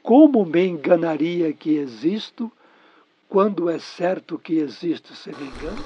Como me enganaria que existo, quando é certo que existo sem engano?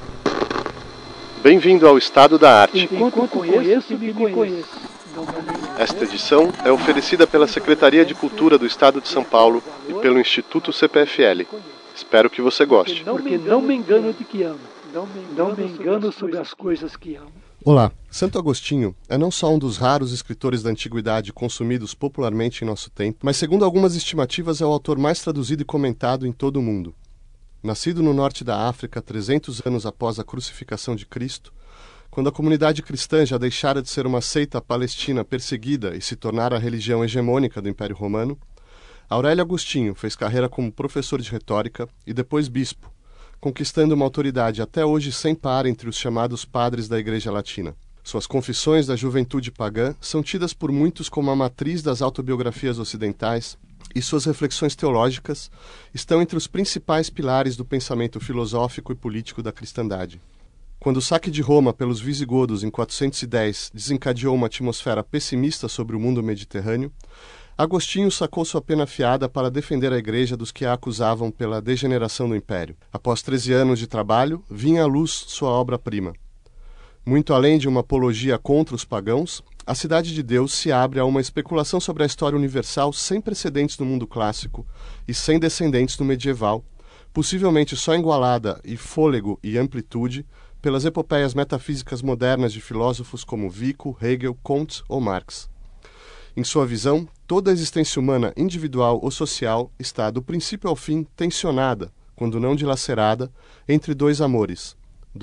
Bem-vindo ao Estado da Arte. Enquanto conheço, me conheço. Esta edição é oferecida pela Secretaria de Cultura do Estado de São Paulo e pelo Instituto CPFL. Espero que você goste. Porque não me engano de que amo. Não me engano sobre as coisas que amo. Olá, Santo Agostinho é não só um dos raros escritores da antiguidade consumidos popularmente em nosso tempo, mas segundo algumas estimativas é o autor mais traduzido e comentado em todo o mundo. Nascido no norte da África 300 anos após a crucificação de Cristo, quando a comunidade cristã já deixara de ser uma seita palestina perseguida e se tornara a religião hegemônica do Império Romano, Aurélio Agostinho fez carreira como professor de retórica e depois bispo, conquistando uma autoridade até hoje sem par entre os chamados padres da Igreja Latina. Suas Confissões da Juventude Pagã são tidas por muitos como a matriz das autobiografias ocidentais e suas reflexões teológicas estão entre os principais pilares do pensamento filosófico e político da cristandade. Quando o saque de Roma pelos visigodos em 410 desencadeou uma atmosfera pessimista sobre o mundo mediterrâneo, Agostinho sacou sua pena afiada para defender a Igreja dos que a acusavam pela degeneração do Império. Após 13 anos de trabalho, vinha à luz sua obra-prima. Muito além de uma apologia contra os pagãos, A Cidade de Deus se abre a uma especulação sobre a história universal sem precedentes no mundo clássico e sem descendentes no medieval, possivelmente só igualada em fôlego e amplitude pelas epopeias metafísicas modernas de filósofos como Vico, Hegel, Comte ou Marx. Em sua visão, toda a existência humana, individual ou social, está, do princípio ao fim, tensionada, quando não dilacerada, entre dois amores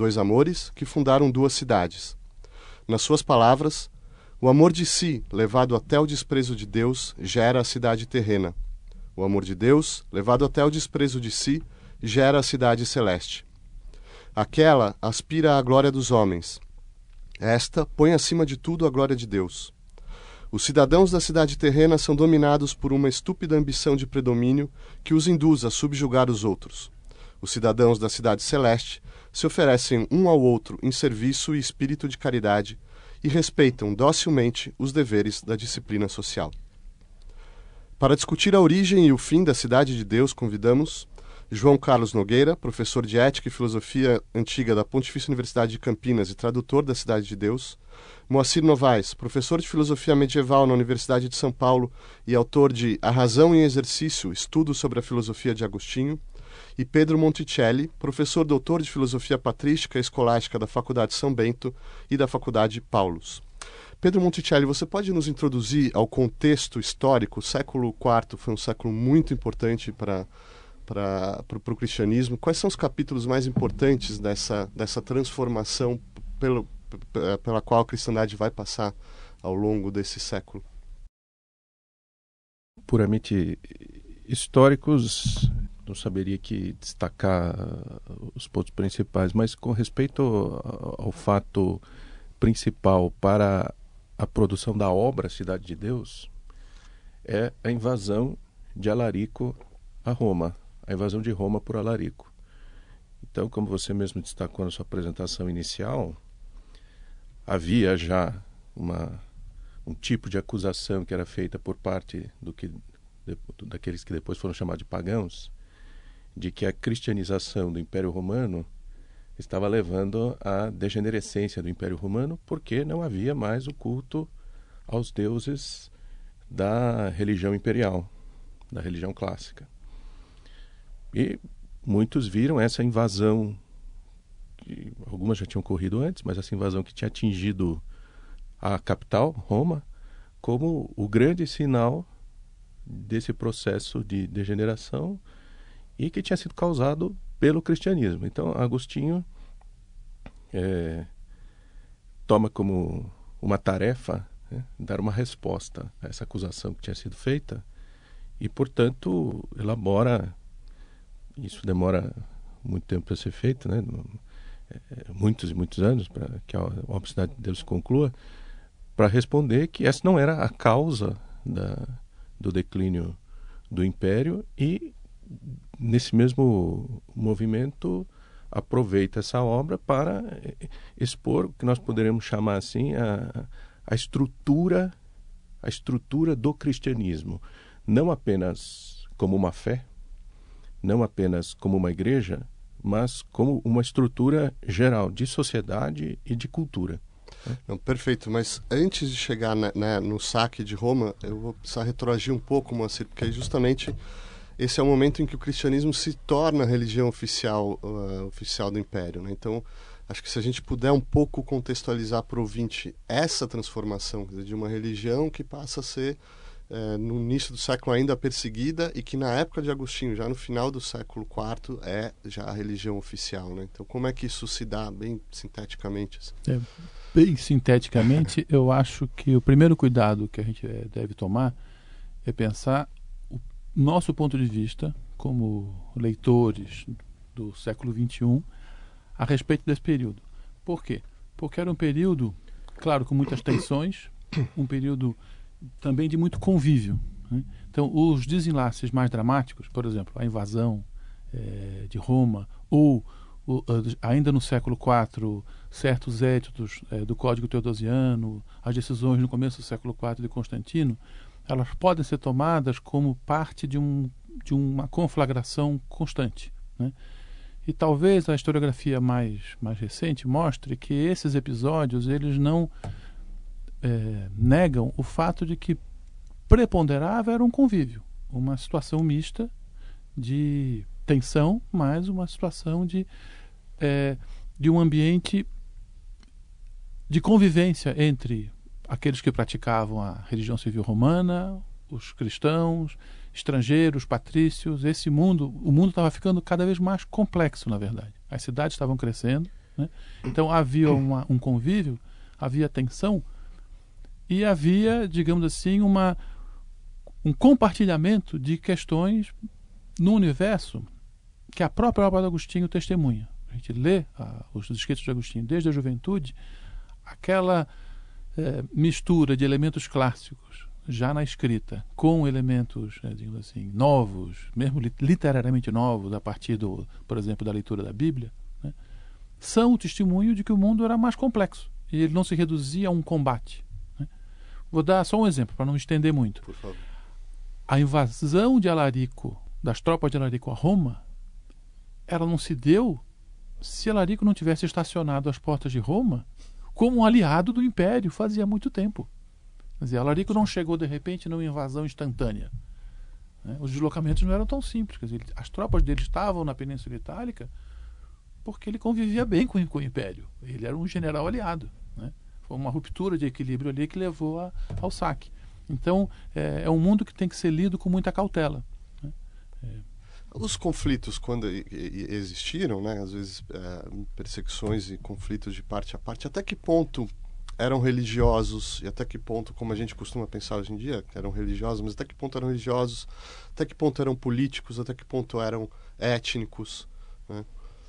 que fundaram duas cidades. Nas suas palavras, o amor de si, levado até o desprezo de Deus, gera a cidade terrena. O amor de Deus, levado até o desprezo de si, gera a cidade celeste. Aquela aspira à glória dos homens. Esta põe acima de tudo a glória de Deus. Os cidadãos da cidade terrena são dominados por uma estúpida ambição de predomínio que os induz a subjugar os outros. Os cidadãos da cidade celeste se oferecem um ao outro em serviço e espírito de caridade e respeitam docilmente os deveres da disciplina social. Para discutir a origem e o fim da Cidade de Deus, convidamos João Carlos Nogueira, professor de Ética e Filosofia Antiga da Pontifícia Universidade de Campinas e tradutor da Cidade de Deus, Moacir Novaes, professor de Filosofia Medieval na Universidade de São Paulo e autor de A Razão em Exercício, Estudo sobre a Filosofia de Agostinho, e Pedro Monticelli, professor doutor de Filosofia Patrística e Escolástica da Faculdade São Bento e da Faculdade Paulus. Pedro Monticelli, você pode nos introduzir ao contexto histórico? O século IV foi um século muito importante para o cristianismo. Quais são os capítulos mais importantes dessa transformação pela qual a cristandade vai passar ao longo desse século? Puramente históricos, não saberia aqui destacar os pontos principais, mas com respeito ao fato principal para a produção da obra Cidade de Deus, é a invasão de Alarico a Roma, a invasão de Roma por Alarico. Então, como você mesmo destacou na sua apresentação inicial, havia já um tipo de acusação que era feita por parte daqueles que depois foram chamados de pagãos, de que a cristianização do Império Romano estava levando à degenerescência do Império Romano, porque não havia mais o culto aos deuses da religião imperial, da religião clássica. E muitos viram essa invasão, que algumas já tinham ocorrido antes, mas essa invasão que tinha atingido a capital, Roma, como o grande sinal desse processo de degeneração e que tinha sido causado pelo cristianismo. Então, Agostinho toma como uma tarefa, dar uma resposta a essa acusação que tinha sido feita e, portanto, elabora. Isso demora muito tempo para ser feito, né? Muitos e muitos anos para que a obra Cidade de Deus se conclua, para responder que essa não era a causa do declínio do Império e, nesse mesmo movimento, aproveita essa obra para expor o que nós poderíamos chamar assim a estrutura do cristianismo, não apenas como uma fé, não apenas como uma igreja, mas como uma estrutura geral de sociedade e de cultura. Não, perfeito, mas antes de chegar no saque de Roma, eu vou precisar retroagir um pouco, Moacir, porque justamente esse é o momento em que o cristianismo se torna a religião oficial do Império, né? Então, acho que se a gente puder um pouco contextualizar para o ouvinte essa transformação, quer dizer, de uma religião que passa a ser, no início do século ainda perseguida, e que na época de Agostinho, já no final do século IV, é já a religião oficial, né? Então, como é que isso se dá, bem sinteticamente? Assim? Bem sinteticamente, eu acho que o primeiro cuidado que a gente deve tomar é pensar o nosso ponto de vista como leitores do século XXI a respeito desse período. Por quê? Porque era um período, claro, com muitas tensões, um período também de muito convívio, né? Então, os desenlaces mais dramáticos, por exemplo, a invasão de Roma, ou ainda no século IV, certos éditos do Código Teodosiano, as decisões no começo do século IV de Constantino, elas podem ser tomadas como parte de uma conflagração constante, né? E talvez a historiografia mais recente mostre que esses episódios eles não negam o fato de que preponderava era um convívio, uma situação mista de tensão, mas uma situação de um ambiente de convivência entre aqueles que praticavam a religião civil romana, os cristãos, estrangeiros, patrícios. O mundo estava ficando cada vez mais complexo, na verdade. As cidades estavam crescendo, né? Então havia um convívio, havia tensão e havia, digamos assim, um compartilhamento de questões no universo que a própria obra de Agostinho testemunha. A gente lê os escritos de Agostinho desde a juventude, aquela mistura de elementos clássicos já na escrita com elementos, digamos assim, novos, mesmo literariamente novos, a partir por exemplo, da leitura da Bíblia, né, são o testemunho de que o mundo era mais complexo e ele não se reduzia a um combate, né? Vou dar só um exemplo para não estender muito. Por favor. A invasão de Alarico, das tropas de Alarico a Roma, ela não se deu se Alarico não tivesse estacionado às portas de Roma como um aliado do Império fazia muito tempo. Quer dizer, Alarico não chegou de repente numa invasão instantânea, né? Os deslocamentos não eram tão simples. Quer dizer, as tropas dele estavam na Península Itálica porque ele convivia bem com o Império. Ele era um general aliado, né? Foi uma ruptura de equilíbrio ali que levou ao saque. Então, é um mundo que tem que ser lido com muita cautela, né? Os conflitos, quando existiram, né, às vezes perseguições e conflitos de parte a parte, até que ponto eram religiosos e até que ponto, como a gente costuma pensar hoje em dia, eram religiosos, mas até que ponto eram religiosos, até que ponto eram políticos, até que ponto eram étnicos, né?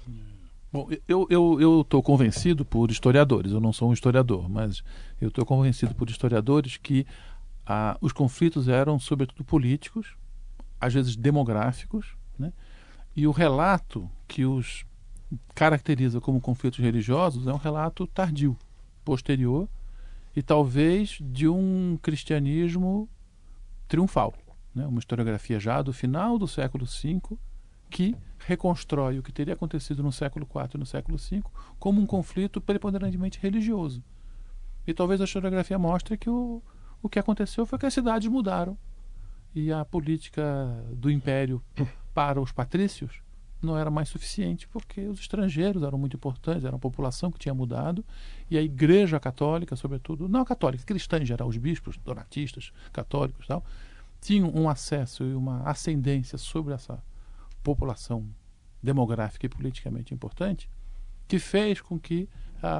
Bom, eu estou convencido por historiadores, eu não sou um historiador, mas eu estou convencido por historiadores que os conflitos eram sobretudo políticos, às vezes demográficos, né? E o relato que os caracteriza como conflitos religiosos é um relato tardio, posterior, e talvez de um cristianismo triunfal, né? Uma historiografia já do final do século V que reconstrói o que teria acontecido no século IV e no século V como um conflito preponderantemente religioso. E talvez a historiografia mostre que o que aconteceu foi que as cidades mudaram e a política do Império para os patrícios não era mais suficiente porque os estrangeiros eram muito importantes, era uma população que tinha mudado e a Igreja Católica, sobretudo, não a católica, cristã em geral, os bispos, donatistas, católicos e tal, tinham um acesso e uma ascendência sobre essa população demográfica e politicamente importante que fez com que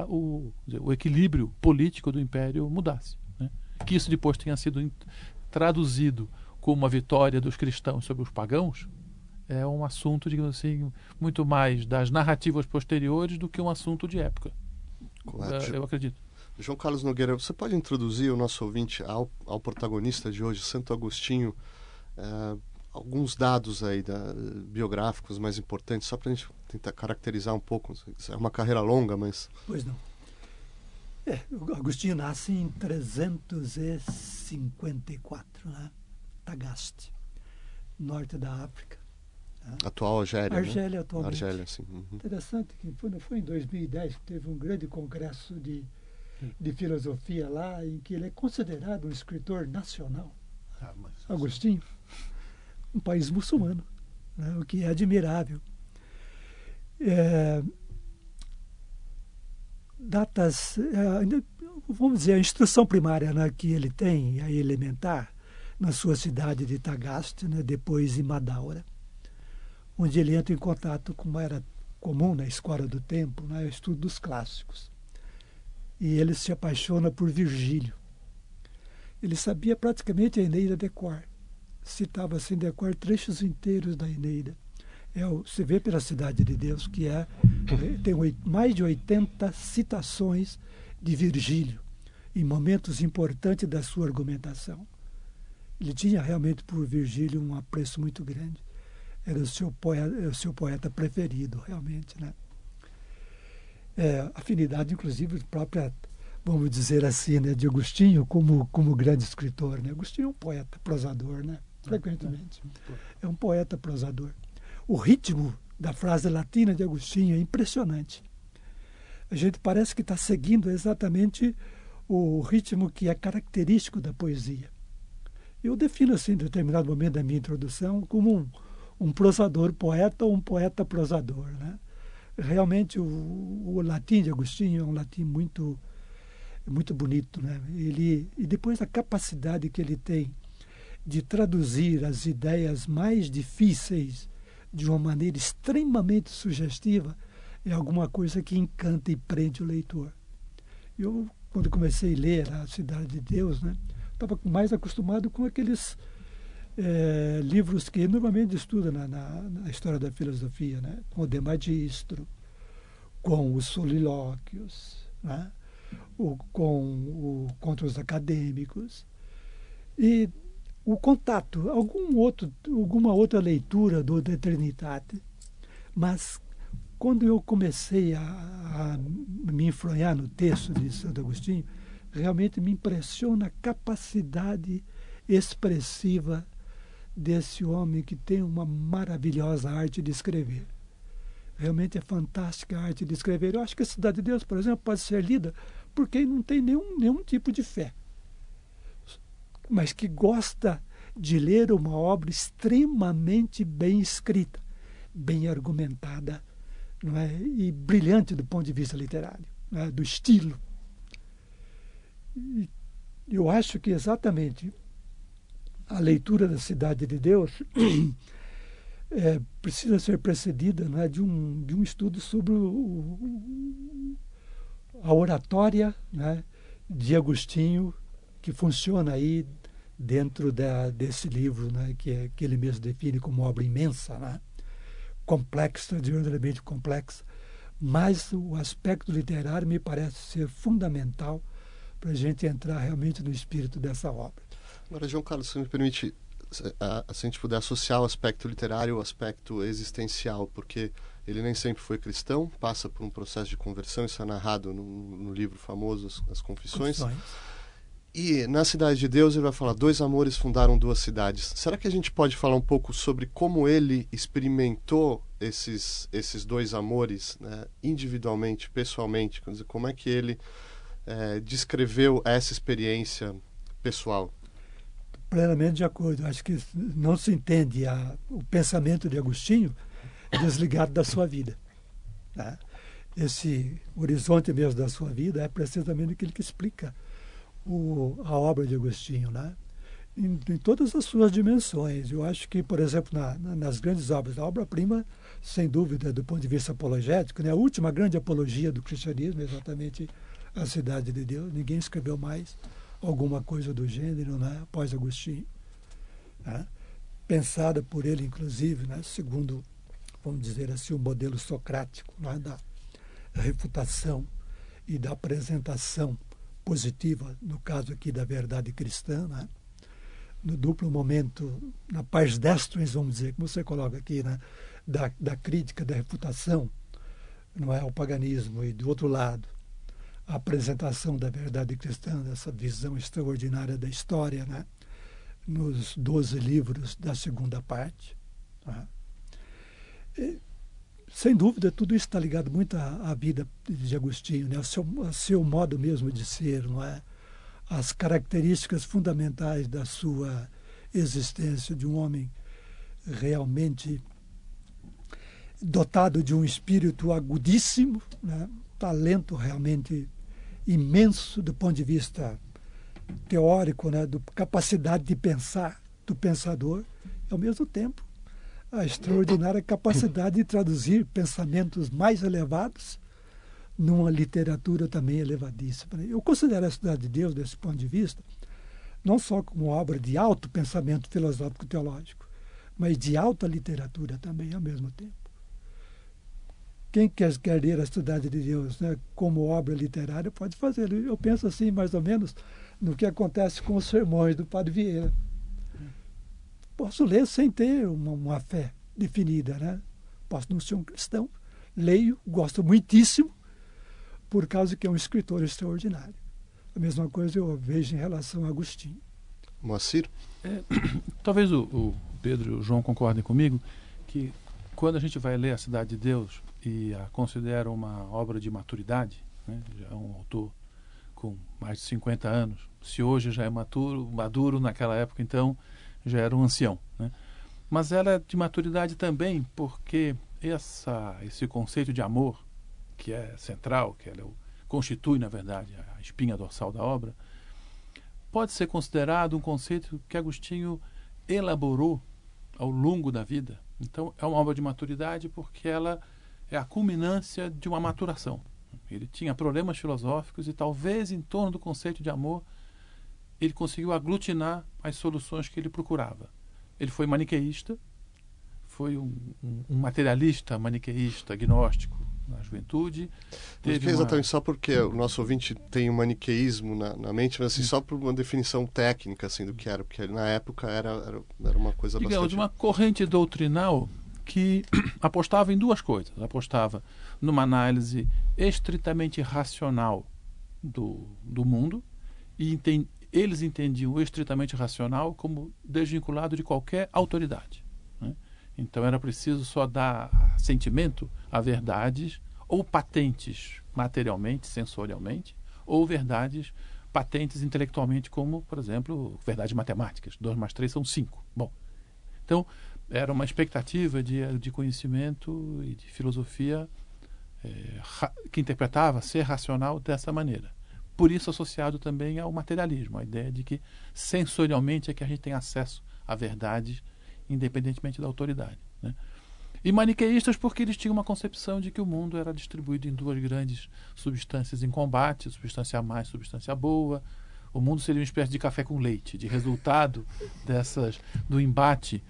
o equilíbrio político do Império mudasse, né? Que isso depois tenha sido traduzido como a vitória dos cristãos sobre os pagãos é um assunto, digamos assim, muito mais das narrativas posteriores do que um assunto de época. Correto. Eu acredito. João Carlos Nogueira, você pode introduzir o nosso ouvinte ao protagonista de hoje, Santo Agostinho, alguns dados aí biográficos mais importantes, só para a gente tentar caracterizar um pouco. É uma carreira longa, mas... Pois não. O Agostinho nasce em 354, né? Tagaste. norte da África. Atual Argélia, Argélia, né? atualmente. Argélia, sim. Interessante que foi em 2010 que teve um grande congresso de filosofia lá, em que ele é considerado um escritor nacional. Agostinho, um país muçulmano, né? O que é admirável. Vamos dizer, a instrução primária, né, que ele tem, a elementar, na sua cidade de Tagaste, né, depois em Madaura, onde ele entra em contato, como era comum na escola do tempo, né, o estudo dos clássicos. E ele se apaixona por Virgílio. Ele sabia praticamente a Eneida de cor. Citava assim de cor trechos inteiros da Eneida. Você vê pela Cidade de Deus que tem mais de 80 citações de Virgílio em momentos importantes da sua argumentação. Ele tinha realmente por Virgílio um apreço muito grande. Era o seu poeta preferido, realmente, né? Afinidade, inclusive, própria, vamos dizer assim, né, de Agostinho como grande escritor, né? Agostinho é um poeta prosador, né? Frequentemente. É um poeta prosador. O ritmo da frase latina de Agostinho é impressionante. A gente parece que está seguindo exatamente o ritmo que é característico da poesia. Eu defino assim, em determinado momento da minha introdução, como um prosador poeta ou um poeta prosador, né? Realmente o latim de Agostinho é um latim muito, muito bonito, né? E depois a capacidade que ele tem de traduzir as ideias mais difíceis de uma maneira extremamente sugestiva é alguma coisa que encanta e prende o leitor. Eu, quando comecei a ler A Cidade de Deus, né, estava mais acostumado com aqueles livros que normalmente estuda na história da filosofia, né? Com o De Magistro, com os solilóquios, né? Contra os acadêmicos. E o contato, alguma outra leitura do De Trinitate, mas quando eu comecei a me enfronhar no texto de Santo Agostinho, realmente me impressiona a capacidade expressiva desse homem que tem uma maravilhosa arte de escrever. Realmente é fantástica a arte de escrever. Eu acho que a Cidade de Deus, por exemplo, pode ser lida por quem não tem nenhum tipo de fé, mas que gosta de ler uma obra extremamente bem escrita, bem argumentada, não é? E brilhante do ponto de vista literário, não é? Do estilo. E eu acho que exatamente a leitura da Cidade de Deus precisa ser precedida, não é? de um estudo sobre a oratória, né, de Agostinho, que funciona aí dentro desse livro, né, que ele mesmo define como obra imensa, né, complexa, extraordinariamente complexa, mas o aspecto literário me parece ser fundamental para a gente entrar realmente no espírito dessa obra. Agora, João Carlos, se me permite, se a gente puder associar o aspecto literário ao aspecto existencial, porque ele nem sempre foi cristão, passa por um processo de conversão, isso é narrado no livro famoso, As Confissões. E na Cidade de Deus ele vai falar, 2 amores fundaram 2 cidades. Será que a gente pode falar um pouco sobre como ele experimentou esses 2 amores, né, individualmente, pessoalmente? Quer dizer, como é que ele descreveu essa experiência pessoal? Plenamente de acordo. Acho que não se entende o pensamento de Agostinho desligado da sua vida, né? Esse horizonte mesmo da sua vida é precisamente aquilo que explica a obra de Agostinho, né? Em todas as suas dimensões. Eu acho que, por exemplo, nas grandes obras, a obra-prima, sem dúvida, do ponto de vista apologético, né? A última grande apologia do cristianismo é exatamente A Cidade de Deus. Ninguém escreveu mais alguma coisa do gênero, né, após Agostinho, né? Pensada por ele, inclusive, né, segundo, vamos dizer assim, o modelo socrático, né, da refutação e da apresentação positiva, no caso aqui da verdade cristã, né, no duplo momento, na pars destruens, vamos dizer, como você coloca aqui, né, da crítica, da refutação, não é, ao paganismo, e do outro lado, a apresentação da verdade cristã, dessa visão extraordinária da história, né? nos 12 livros da segunda parte. Tá? Sem dúvida, tudo isso está ligado muito à vida de Agostinho, né? Ao seu modo mesmo de ser, não é? As características fundamentais da sua existência, de um homem realmente dotado de um espírito agudíssimo, né? Talento realmente imenso do ponto de vista teórico, né? Capacidade de pensar do pensador, e ao mesmo tempo a extraordinária capacidade de traduzir pensamentos mais elevados numa literatura também elevadíssima. Eu considero a Cidade de Deus, desse ponto de vista, não só como obra de alto pensamento filosófico-teológico, mas de alta literatura também ao mesmo tempo. Quem quer ler a Cidade de Deus, né, como obra literária pode fazer. Eu penso assim, mais ou menos, no que acontece com os sermões do Padre Vieira. Posso ler sem ter uma fé definida, né? Posso não ser um cristão, leio, gosto muitíssimo, por causa que é um escritor extraordinário. A mesma coisa eu vejo em relação a Agostinho. Moacir? Talvez o Pedro e o João concordem comigo que quando a gente vai ler a Cidade de Deus e a considera uma obra de maturidade, né? Já é um autor com mais de 50 anos, se hoje já é maduro naquela época, então já era um ancião, né? Mas ela é de maturidade também porque esse conceito de amor, que é central, que constitui, na verdade, a espinha dorsal da obra, pode ser considerado um conceito que Agostinho elaborou ao longo da vida. Então, é uma obra de maturidade porque ela é a culminância de uma maturação. Ele tinha problemas filosóficos e talvez em torno do conceito de amor ele conseguiu aglutinar as soluções que ele procurava. Ele foi maniqueísta, foi um materialista, maniqueísta, agnóstico na juventude. Exatamente só porque o nosso ouvinte tem o maniqueísmo na mente, mas assim, só por uma definição técnica assim, do que era, porque na época era uma coisa de uma corrente doutrinal que apostava em duas coisas. Apostava numa análise estritamente racional do mundo e eles entendiam o estritamente racional como desvinculado de qualquer autoridade, né? Então era preciso só dar sentimento a verdades ou patentes materialmente, sensorialmente, ou verdades patentes intelectualmente, como, por exemplo, verdades matemáticas. 2 mais 3 são 5. Bom, então era uma expectativa de conhecimento e de filosofia que interpretava ser racional dessa maneira. Por isso associado também ao materialismo, a ideia de que sensorialmente é que a gente tem acesso a verdades independentemente da autoridade, né? E maniqueístas porque eles tinham uma concepção de que o mundo era distribuído em 2 grandes substâncias em combate, substância má e substância boa. O mundo seria uma espécie de café com leite, de resultado do embate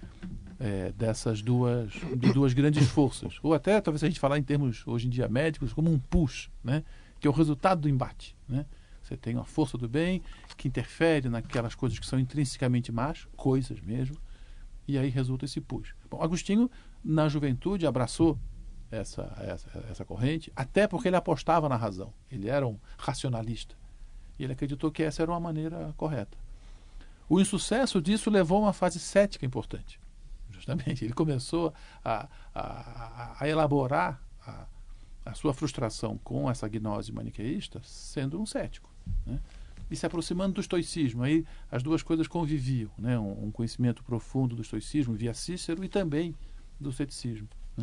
de duas grandes forças. Ou até, talvez a gente falar em termos, hoje em dia, médicos, como um push, né? Que é o resultado do embate, né? Você tem uma força do bem que interfere naquelas coisas que são intrinsecamente más, coisas mesmo, e aí resulta esse push. Bom, Agostinho, na juventude, abraçou essa corrente, até porque ele apostava na razão. Ele era um racionalista. E ele acreditou que essa era uma maneira correta. O insucesso disso levou a uma fase cética importante. Justamente, ele começou a elaborar a sua frustração com essa gnose maniqueísta sendo um cético, né? E se aproximando do estoicismo. Aí as duas coisas conviviam, né? Um conhecimento profundo do estoicismo via Cícero e também do ceticismo, né?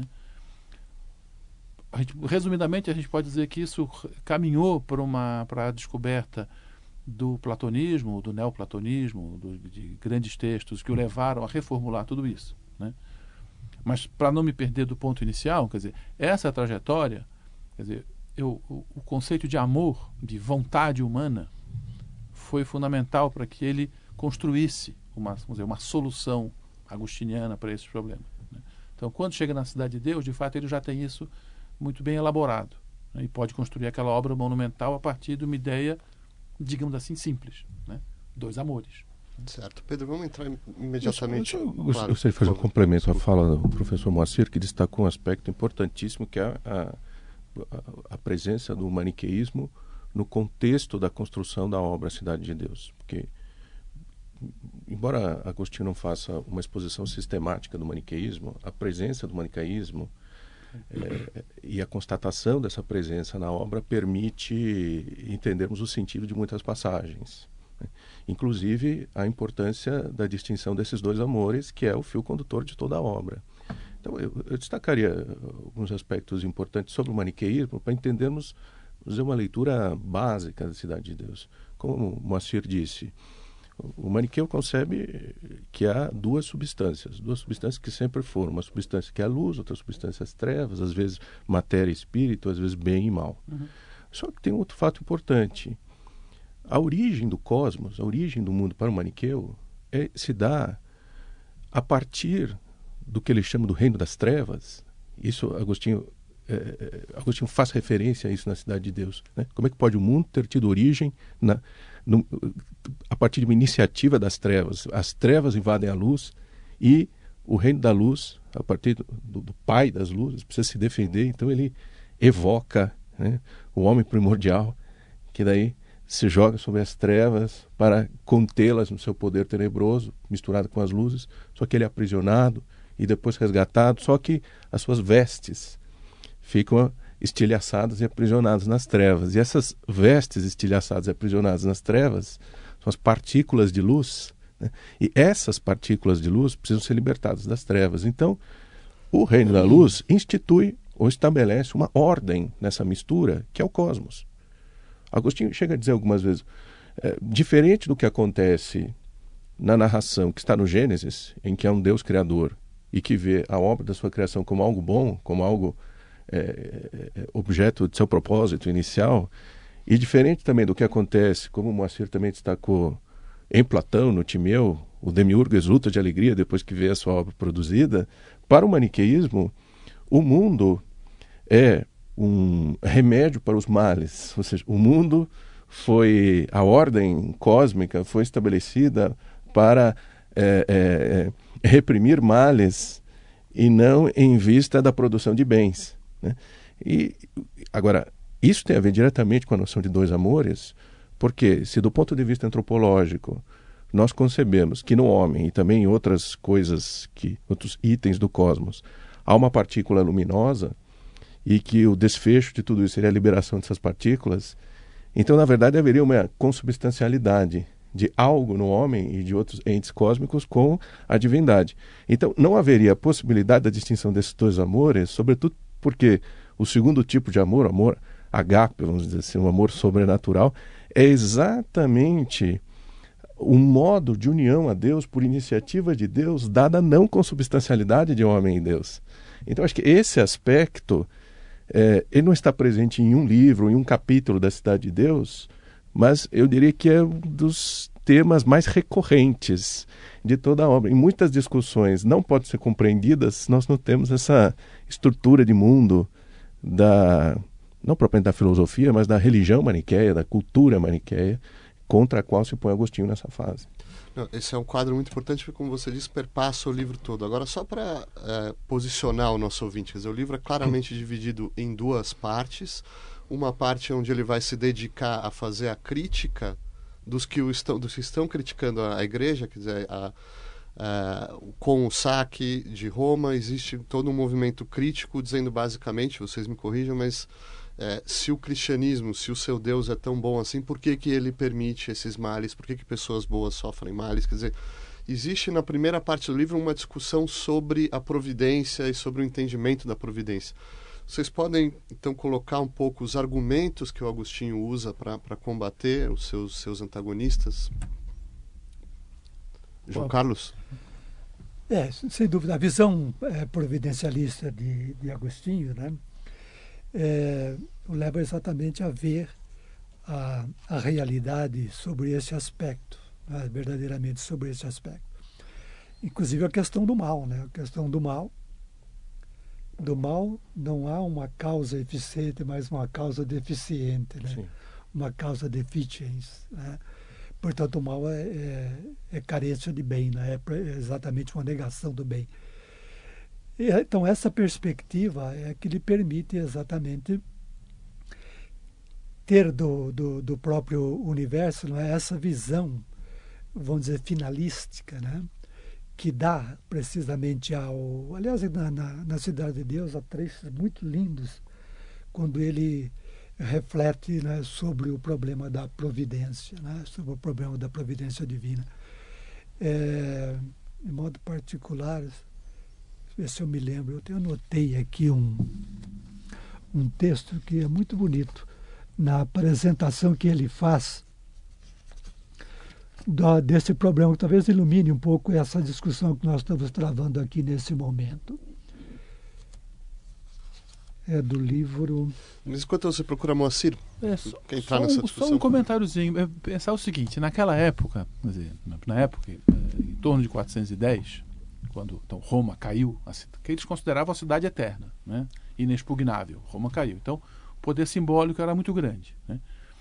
Resumidamente, a gente pode dizer que isso caminhou para a descoberta do platonismo, do neoplatonismo, de grandes textos que o levaram a reformular tudo isso, né? Mas, para não me perder do ponto inicial, quer dizer, essa trajetória, quer dizer, o conceito de amor, de vontade humana, foi fundamental para que ele construísse uma solução agostiniana para esses problemas, né? Então, quando chega na Cidade de Deus, de fato, ele já tem isso muito bem elaborado, né? E pode construir aquela obra monumental a partir de uma ideia, digamos assim, simples, né? 2 amores. Certo. Pedro, vamos entrar imediatamente. Eu gostaria de fazer um complemento à fala do professor Moacir, que destacou um aspecto importantíssimo, que é a presença do maniqueísmo no contexto da construção da obra Cidade de Deus. Porque embora Agostinho não faça uma exposição sistemática do maniqueísmo, a presença do maniqueísmo e a constatação dessa presença na obra permite entendermos o sentido de muitas passagens, né? Inclusive a importância da distinção desses dois amores, que é o fio condutor de toda a obra. Então eu destacaria alguns aspectos importantes sobre o maniqueísmo para entendermos, fazer uma leitura básica da Cidade de Deus. Como o Moacir disse, o maniqueu concebe que há duas substâncias que sempre foram, uma substância que é a luz, outra substância as trevas, às vezes matéria e espírito, às vezes bem e mal. Só que tem outro fato importante. A origem do cosmos, a origem do mundo para o maniqueu se dá a partir do que ele chama do reino das trevas. Isso Agostinho faz referência a isso na Cidade de Deus, né? Como é que pode o mundo ter tido origem a partir de uma iniciativa das trevas? As trevas invadem a luz e o reino da luz, a partir do pai das luzes, precisa se defender. Então ele evoca, né, o homem primordial, que daí se joga sobre as trevas para contê-las no seu poder tenebroso, misturado com as luzes. Só que ele é aprisionado e depois resgatado, só que as suas vestes ficam estilhaçadas e aprisionadas nas trevas. E essas vestes estilhaçadas e aprisionadas nas trevas são as partículas de luz, né? E essas partículas de luz precisam ser libertadas das trevas. Então, o reino da luz institui ou estabelece uma ordem nessa mistura, que é o cosmos. Agostinho chega a dizer algumas vezes, diferente do que acontece na narração que está no Gênesis, em que há um Deus criador e que vê a obra da sua criação como algo bom, como algo objeto de seu propósito inicial, e diferente também do que acontece, como o Moacir também destacou, em Platão, no Timeu, o demiurgo exulta de alegria depois que vê a sua obra produzida. Para o maniqueísmo, o mundo é um remédio para os males, ou seja, o mundo a ordem cósmica foi estabelecida para reprimir males e não em vista da produção de bens, né? E agora, isso tem a ver diretamente com a noção de dois amores, porque se do ponto de vista antropológico nós concebemos que no homem e também em outras coisas, outros itens do cosmos, há uma partícula luminosa e que o desfecho de tudo isso seria a liberação dessas partículas, então na verdade haveria uma consubstancialidade de algo no homem e de outros entes cósmicos com a divindade. Então não haveria possibilidade da distinção desses dois amores, sobretudo porque o segundo tipo de amor, o amor agape, vamos dizer assim, um amor sobrenatural, é exatamente um modo de união a Deus por iniciativa de Deus, dada a não consubstancialidade de homem e Deus. Então acho que esse aspecto ele não está presente em um livro, em um capítulo da Cidade de Deus, mas eu diria que é um dos temas mais recorrentes de toda a obra. Em muitas discussões não podem ser compreendidas se nós não temos essa estrutura de mundo não propriamente da filosofia, mas da religião maniqueia, da cultura maniqueia, contra a qual se põe Agostinho nessa fase. Não, esse é um quadro muito importante, porque, como você disse, perpassa o livro todo. Agora, só para posicionar o nosso ouvinte, quer dizer, o livro é claramente dividido em duas partes. Uma parte onde ele vai se dedicar a fazer a crítica dos que estão criticando a igreja, quer dizer, com o saque de Roma, existe todo um movimento crítico dizendo basicamente, vocês me corrijam, mas se o cristianismo, se o seu Deus é tão bom assim, por que ele permite esses males? Por que pessoas boas sofrem males? Quer dizer, existe na primeira parte do livro uma discussão sobre a providência e sobre o entendimento da providência. Vocês podem, então, colocar um pouco os argumentos que o Agostinho usa para combater os seus antagonistas? João Carlos? Sem dúvida. A visão providencialista de Agostinho, né, o leva exatamente a ver a realidade sobre esse aspecto, né, verdadeiramente sobre esse aspecto. Inclusive a questão do mal, né? A questão do mal não há uma causa eficiente, mas uma causa deficiente, né? Uma causa deficiens, né? Portanto, o mal é carência de bem, né? É exatamente uma negação do bem. Então, essa perspectiva é que lhe permite exatamente ter do próprio universo, não é? Essa visão vamos dizer, finalística, né? Que dá precisamente ao... Aliás, na Cidade de Deus há trechos muito lindos quando ele reflete, né, sobre o problema da providência, né? Sobre o problema da providência divina. De modo particular, ver se eu me lembro, eu anotei aqui um texto que é muito bonito, na apresentação que ele faz desse problema, que talvez ilumine um pouco essa discussão que nós estamos travando aqui nesse momento. É do livro... Mas enquanto você procura, Moacir, quem está nessa discussão... Só um comentáriozinho. Pensar o seguinte, naquela época, quer dizer, na época, em torno de 410, quando então, Roma caiu, que eles consideravam a cidade eterna, né? Inexpugnável. Roma caiu. Então, o poder simbólico era muito grande, né?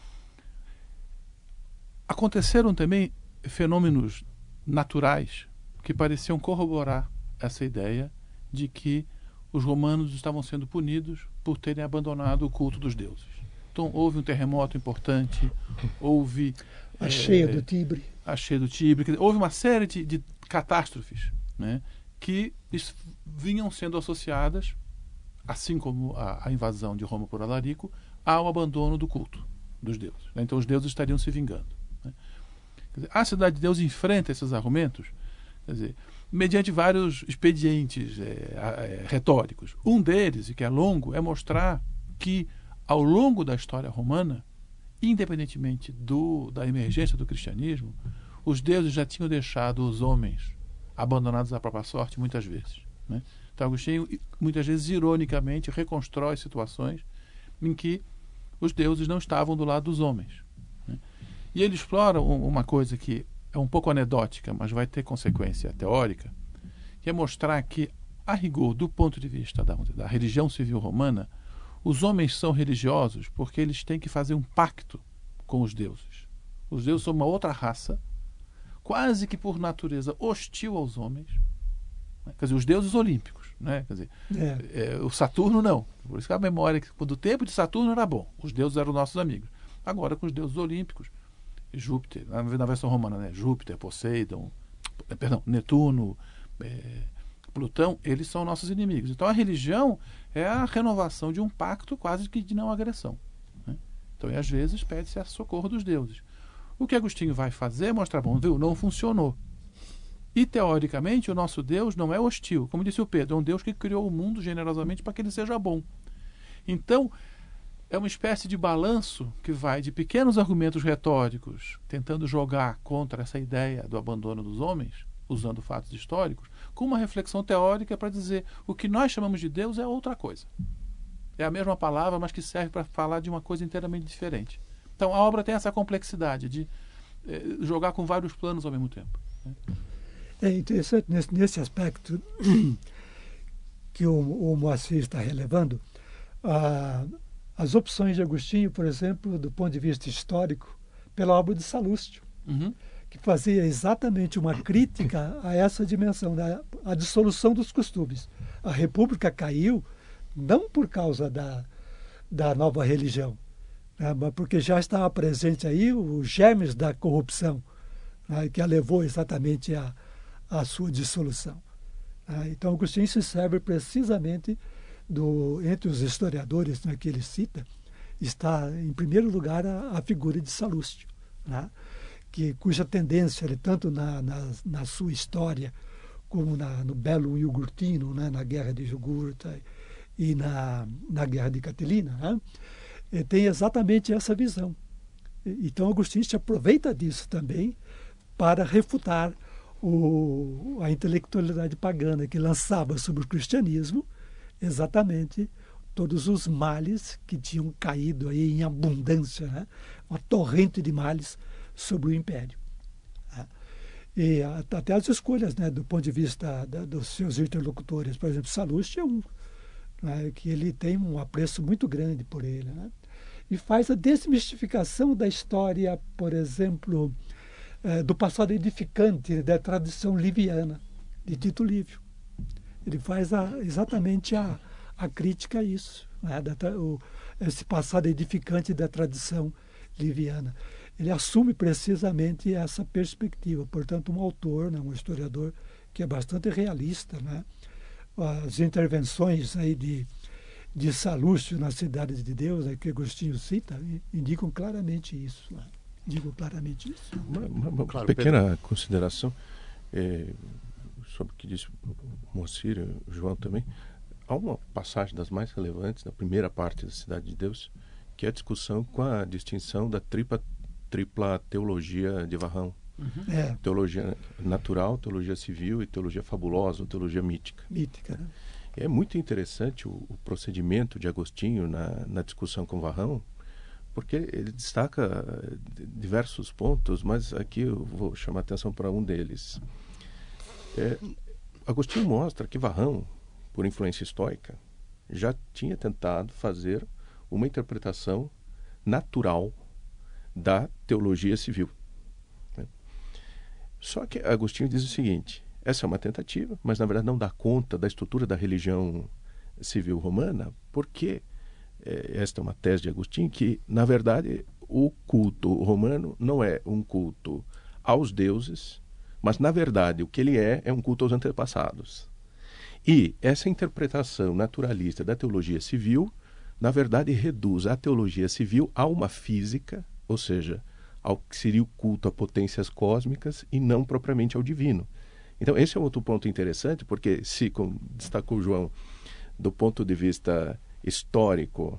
Aconteceram também fenômenos naturais que pareciam corroborar essa ideia de que os romanos estavam sendo punidos por terem abandonado o culto dos deuses. Então, houve um terremoto importante, houve... A cheia do Tibre. A cheia do Tibre. Houve uma série de catástrofes, né, que vinham sendo associadas, assim como a invasão de Roma por Alarico, ao abandono do culto dos deuses. Então, os deuses estariam se vingando. Quer dizer, a Cidade de Deus enfrenta esses argumentos, quer dizer, mediante vários expedientes retóricos. Um deles, e que é longo, é mostrar que, ao longo da história romana, independentemente da emergência do cristianismo, os deuses já tinham deixado os homens abandonados à própria sorte muitas vezes, né? Então, Agostinho, muitas vezes, ironicamente, reconstrói situações em que os deuses não estavam do lado dos homens, né? E ele explora uma coisa que é um pouco anedótica, mas vai ter consequência teórica, que é mostrar que, a rigor, do ponto de vista da religião civil romana, os homens são religiosos porque eles têm que fazer um pacto com os deuses. Os deuses são uma outra raça, quase que por natureza hostil aos homens, né? Quer dizer, os deuses olímpicos, né? Quer dizer, o Saturno não. Por isso que a memória que do tempo de Saturno era bom, os deuses eram nossos amigos. Agora, com os deuses olímpicos, Júpiter, na versão romana, né? Júpiter, Poseidon, Netuno, Plutão, eles são nossos inimigos. Então a religião é a renovação de um pacto quase que de não agressão, né? Então, e às vezes pede-se a socorro dos deuses. O que Agostinho vai fazer é mostrar, bom, viu, não funcionou. E teoricamente o nosso Deus não é hostil. Como disse o Pedro, é um Deus que criou o mundo generosamente para que ele seja bom. Então, é uma espécie de balanço que vai de pequenos argumentos retóricos, tentando jogar contra essa ideia do abandono dos homens, usando fatos históricos, com uma reflexão teórica para dizer o que nós chamamos de Deus é outra coisa. É a mesma palavra, mas que serve para falar de uma coisa inteiramente diferente. Então a obra tem essa complexidade de jogar com vários planos ao mesmo tempo, né? É interessante nesse aspecto que o Moacir está relevando, as opções de Agostinho, por exemplo, do ponto de vista histórico, pela obra de Salustio, que fazia exatamente uma crítica a essa dimensão, a dissolução dos costumes. A República caiu não por causa da nova religião, né, mas porque já estava presente aí os germes da corrupção, né, que a levou exatamente à sua dissolução. Então, Agostinho se serve precisamente entre os historiadores, né, que ele cita, está, em primeiro lugar, a figura de Salustio, né, cuja tendência, tanto na sua história, como no Bellum Jugurthino, né, na Guerra de Jugurtha e na Guerra de Catilina, né, tem exatamente essa visão. Então, Agostinho se aproveita disso também para refutar a intelectualidade pagana que lançava sobre o cristianismo exatamente todos os males que tinham caído aí em abundância, né? Uma torrente de males sobre o império. E até as escolhas, né, do ponto de vista dos seus interlocutores, por exemplo, Salustio é um, né, que ele tem um apreço muito grande por ele, né? E faz a desmistificação da história, por exemplo, do passado edificante da tradição liviana, de Tito Livio. Ele faz exatamente a crítica a isso, né? Esse passado edificante da tradição liviana. ele assume precisamente essa perspectiva. Portanto, um autor, né, um historiador que é bastante realista, né? As intervenções aí de Salúcio na Cidade de Deus, que Agostinho cita, indicam claramente isso. Né? Uma pequena consideração sobre o que disse o Moacir, o João também. Há uma passagem das mais relevantes, da primeira parte da Cidade de Deus, que é a discussão com a distinção da tripla teologia de Varrão. Teologia natural, teologia civil e teologia fabulosa, ou teologia mítica. Mítica, né? É muito interessante o procedimento de Agostinho na discussão com Varrão, porque ele destaca diversos pontos, mas aqui eu vou chamar a atenção para um deles. Agostinho mostra que Varrão, por influência estoica, já tinha tentado fazer uma interpretação natural da teologia civil. Só que Agostinho diz o seguinte: essa é uma tentativa, mas na verdade não dá conta da estrutura da religião civil romana, porque esta é uma tese de Agostinho, que na verdade o culto romano não é um culto aos deuses, mas na verdade o que ele é um culto aos antepassados. E essa interpretação naturalista da teologia civil, na verdade reduz a teologia civil a uma física, ou seja, ao que seria o culto a potências cósmicas e não propriamente ao divino. Então esse é outro ponto interessante, porque se, como destacou o João, do ponto de vista histórico,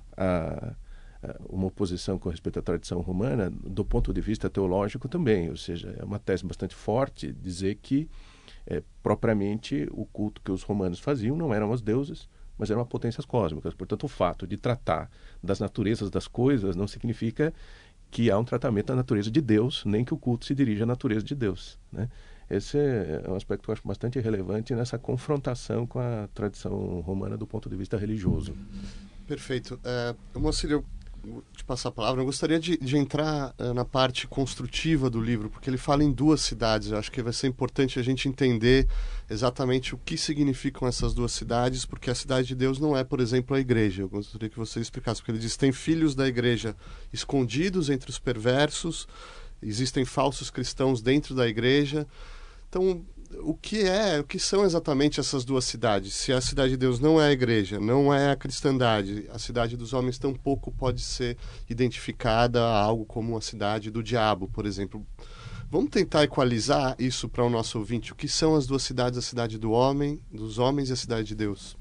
uma oposição com respeito à tradição romana, do ponto de vista teológico também, ou seja, é uma tese bastante forte dizer que propriamente o culto que os romanos faziam não eram aos deuses, mas eram a potências cósmicas. Portanto, o fato de tratar das naturezas das coisas não significa que há um tratamento da natureza de Deus, nem que o culto se dirija à natureza de Deus, né? Esse é um aspecto que eu acho bastante relevante nessa confrontação com a tradição romana do ponto de vista religioso. Perfeito. Moacir, eu vou te passar a palavra. Eu gostaria de entrar na parte construtiva do livro, porque ele fala em duas cidades. Eu acho que vai ser importante a gente entender exatamente o que significam essas duas cidades, porque a cidade de Deus não é, por exemplo, a igreja. Eu gostaria que você explicasse, porque ele diz que tem filhos da igreja escondidos entre os perversos, existem falsos cristãos dentro da igreja. Então, o que são exatamente essas duas cidades? Se a cidade de Deus não é a igreja, não é a cristandade, a cidade dos homens tampouco pode ser identificada a algo como a cidade do diabo, por exemplo. Vamos tentar equalizar isso para o nosso ouvinte. O que são as duas cidades, a cidade dos homens e a cidade de Deus?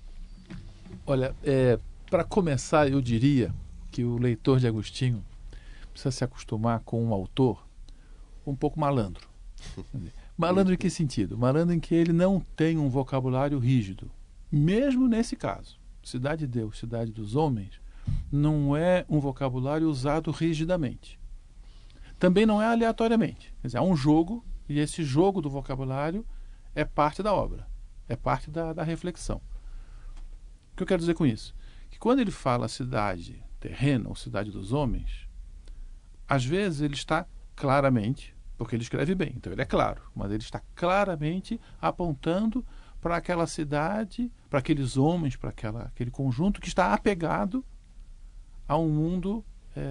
Olha, para começar, eu diria que o leitor de Agostinho precisa se acostumar com um autor um pouco malandro. Malandro em que sentido? Malandro em que ele não tem um vocabulário rígido. Mesmo nesse caso, cidade de Deus, cidade dos homens, não é um vocabulário usado rigidamente. Também não é aleatoriamente. Quer dizer, há um jogo, e esse jogo do vocabulário é parte da obra, é parte da reflexão. O que eu quero dizer com isso? Que quando ele fala cidade terrena ou cidade dos homens, às vezes ele está claramente, porque ele escreve bem, então ele é claro, mas ele está claramente apontando para aquela cidade, para aqueles homens, para aquele conjunto que está apegado a um mundo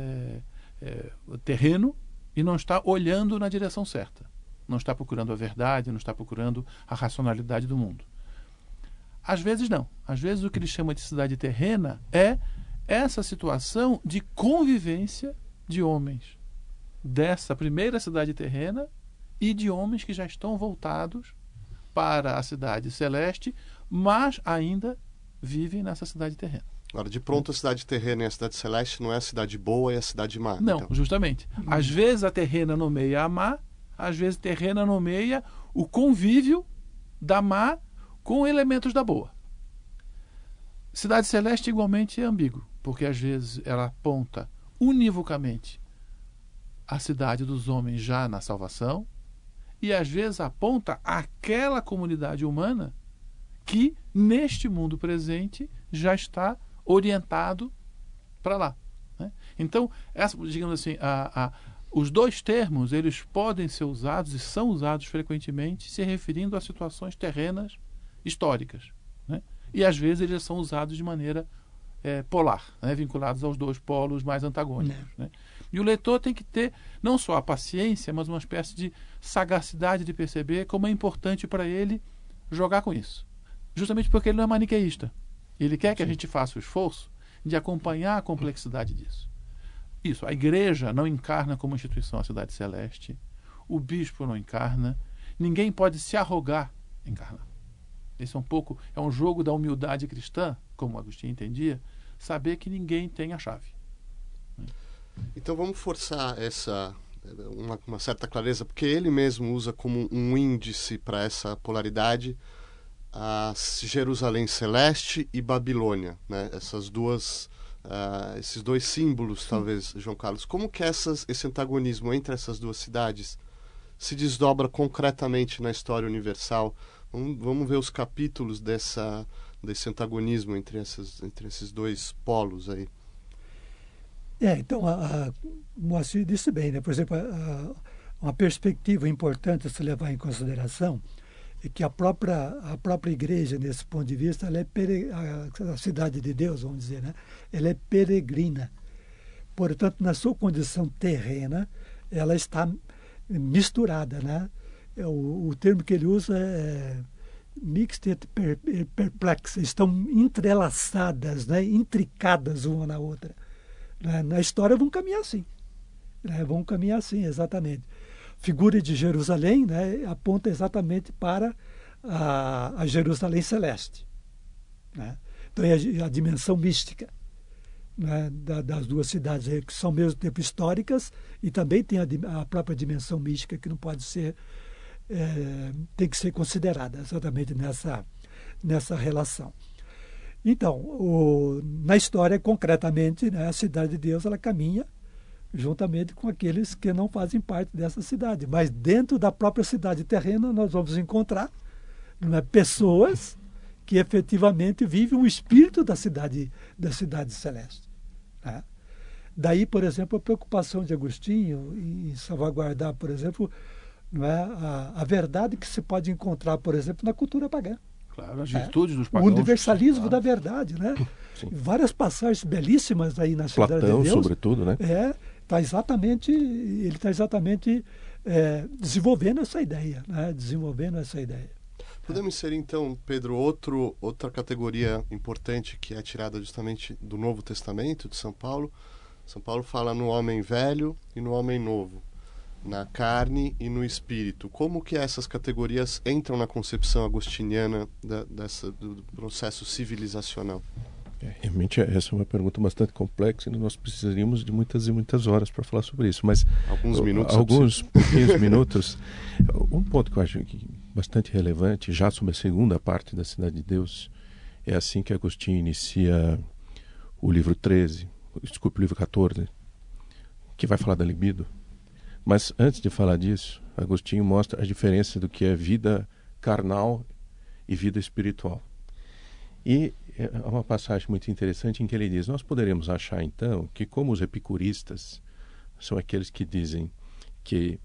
terreno e não está olhando na direção certa. Não está procurando a verdade, não está procurando a racionalidade do mundo. Às vezes não. Às vezes o que ele chama de cidade terrena é essa situação de convivência de homens dessa primeira cidade terrena e de homens que já estão voltados para a cidade celeste, mas ainda vivem nessa cidade terrena. Agora, de pronto, a cidade terrena e a cidade celeste não é a cidade boa e a cidade má. Não, então. Justamente. Às vezes a terrena nomeia a má, às vezes a terrena nomeia o convívio da má com elementos da boa. Cidade celeste igualmente é ambíguo, porque às vezes ela aponta univocamente a cidade dos homens já na salvação e às vezes aponta aquela comunidade humana que neste mundo presente já está orientado para lá, né? Então, digamos assim, os dois termos eles podem ser usados e são usados frequentemente se referindo a situações terrenas históricas, né? E às vezes eles são usados de maneira polar, né? Vinculados aos dois polos mais antagônicos, né? E o leitor tem que ter não só a paciência, mas uma espécie de sagacidade de perceber como é importante para ele jogar com isso. Justamente porque ele não é maniqueísta. Ele quer que a gente faça o esforço de acompanhar a complexidade disso. Isso, a igreja não encarna como instituição a cidade celeste, o bispo não encarna, ninguém pode se arrogar encarnar. Esse é um jogo da humildade cristã, como Agostinho entendia, saber que ninguém tem a chave. Então vamos forçar uma certa clareza, porque ele mesmo usa como um índice para essa polaridade a Jerusalém Celeste e Babilônia, né? Esses dois símbolos, talvez, João Carlos. Como que esse antagonismo entre essas duas cidades se desdobra concretamente na história universal? Vamos ver os capítulos desse antagonismo entre esses dois polos aí. Então, o Moacir disse bem, né? Por exemplo, uma perspectiva importante a se levar em consideração é que a própria igreja, nesse ponto de vista, ela a cidade de Deus, vamos dizer, né? Ela é peregrina. Portanto, na sua condição terrena, ela está misturada, né? O termo que ele usa é mixed et perplex, estão entrelaçadas, né? Intricadas uma na outra. Na história vão caminhar assim. Vão caminhar assim, exatamente. Figura de Jerusalém, né, aponta exatamente para a Jerusalém Celeste. Né? Então é a dimensão mística, né, das duas cidades, que são ao mesmo tempo históricas e também tem a própria dimensão mística que não pode ser, tem que ser considerada exatamente nessa relação. Então, na história, concretamente, né, a cidade de Deus ela caminha juntamente com aqueles que não fazem parte dessa cidade. Mas dentro da própria cidade terrena nós vamos encontrar, né, pessoas que efetivamente vivem o espírito da cidade celeste. Né? Daí, por exemplo, a preocupação de Agostinho em salvaguardar, por exemplo, não é, a verdade que se pode encontrar, por exemplo, na cultura pagã. Claro, as virtudes dos pagãos. O universalismo da verdade, né? Várias passagens belíssimas aí na cidade de Deus. Platão, sobretudo, né? Ele está exatamente desenvolvendo essa ideia, né? Podemos inserir, então, Pedro, outra categoria importante que é tirada justamente do Novo Testamento de São Paulo. São Paulo fala no homem velho e no homem novo, na carne e no espírito. Como que essas categorias entram na concepção agostiniana do processo civilizacional? Realmente essa é uma pergunta bastante complexa e nós precisaríamos de muitas e muitas horas para falar sobre isso, mas alguns pouquinhos minutos. Um ponto que eu acho bastante relevante, já sobre a segunda parte da Cidade de Deus, é assim que Agostinho inicia o livro 14, que vai falar da libido. Mas antes de falar disso, Agostinho mostra a diferença do que é vida carnal e vida espiritual. E é uma passagem muito interessante em que ele diz: nós poderemos achar então que, como os epicuristas são aqueles que dizem que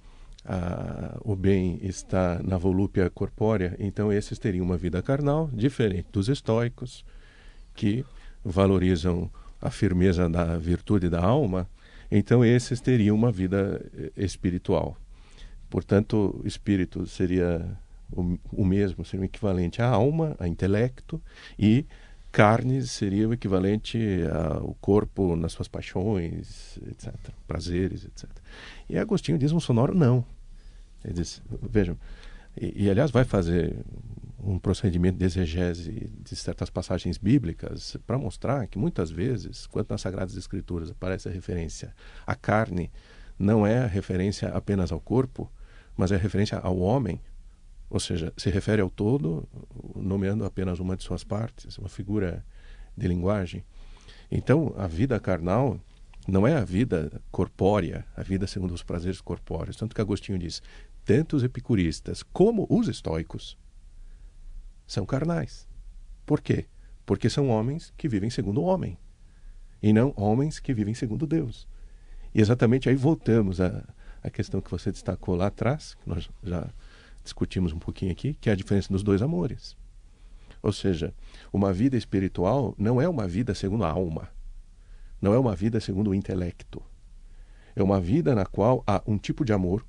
o bem está na volúpia corpórea, então esses teriam uma vida carnal diferente dos estoicos, que valorizam a firmeza da virtude da alma. Então esses teriam uma vida espiritual. Portanto, espírito seria o mesmo, seria o equivalente à alma, a intelecto, e carne seria o equivalente ao corpo nas suas paixões, etc., prazeres, etc. E Agostinho diz um sonoro não. Ele diz, vejam, e aliás vai fazer um procedimento de exegese de certas passagens bíblicas para mostrar que muitas vezes, quando nas Sagradas Escrituras aparece a referência à carne, não é a referência apenas ao corpo, mas é a referência ao homem, ou seja, se refere ao todo, nomeando apenas uma de suas partes, uma figura de linguagem. Então, a vida carnal não é a vida corpórea, a vida segundo os prazeres corpóreos. Tanto que Agostinho diz, tanto os epicuristas como os estoicos são carnais. Por quê? Porque são homens que vivem segundo o homem, e não homens que vivem segundo Deus. E exatamente aí voltamos à questão que você destacou lá atrás, que nós já discutimos um pouquinho aqui, que é a diferença dos dois amores. Ou seja, uma vida espiritual não é uma vida segundo a alma, não é uma vida segundo o intelecto. É uma vida na qual há um tipo de amor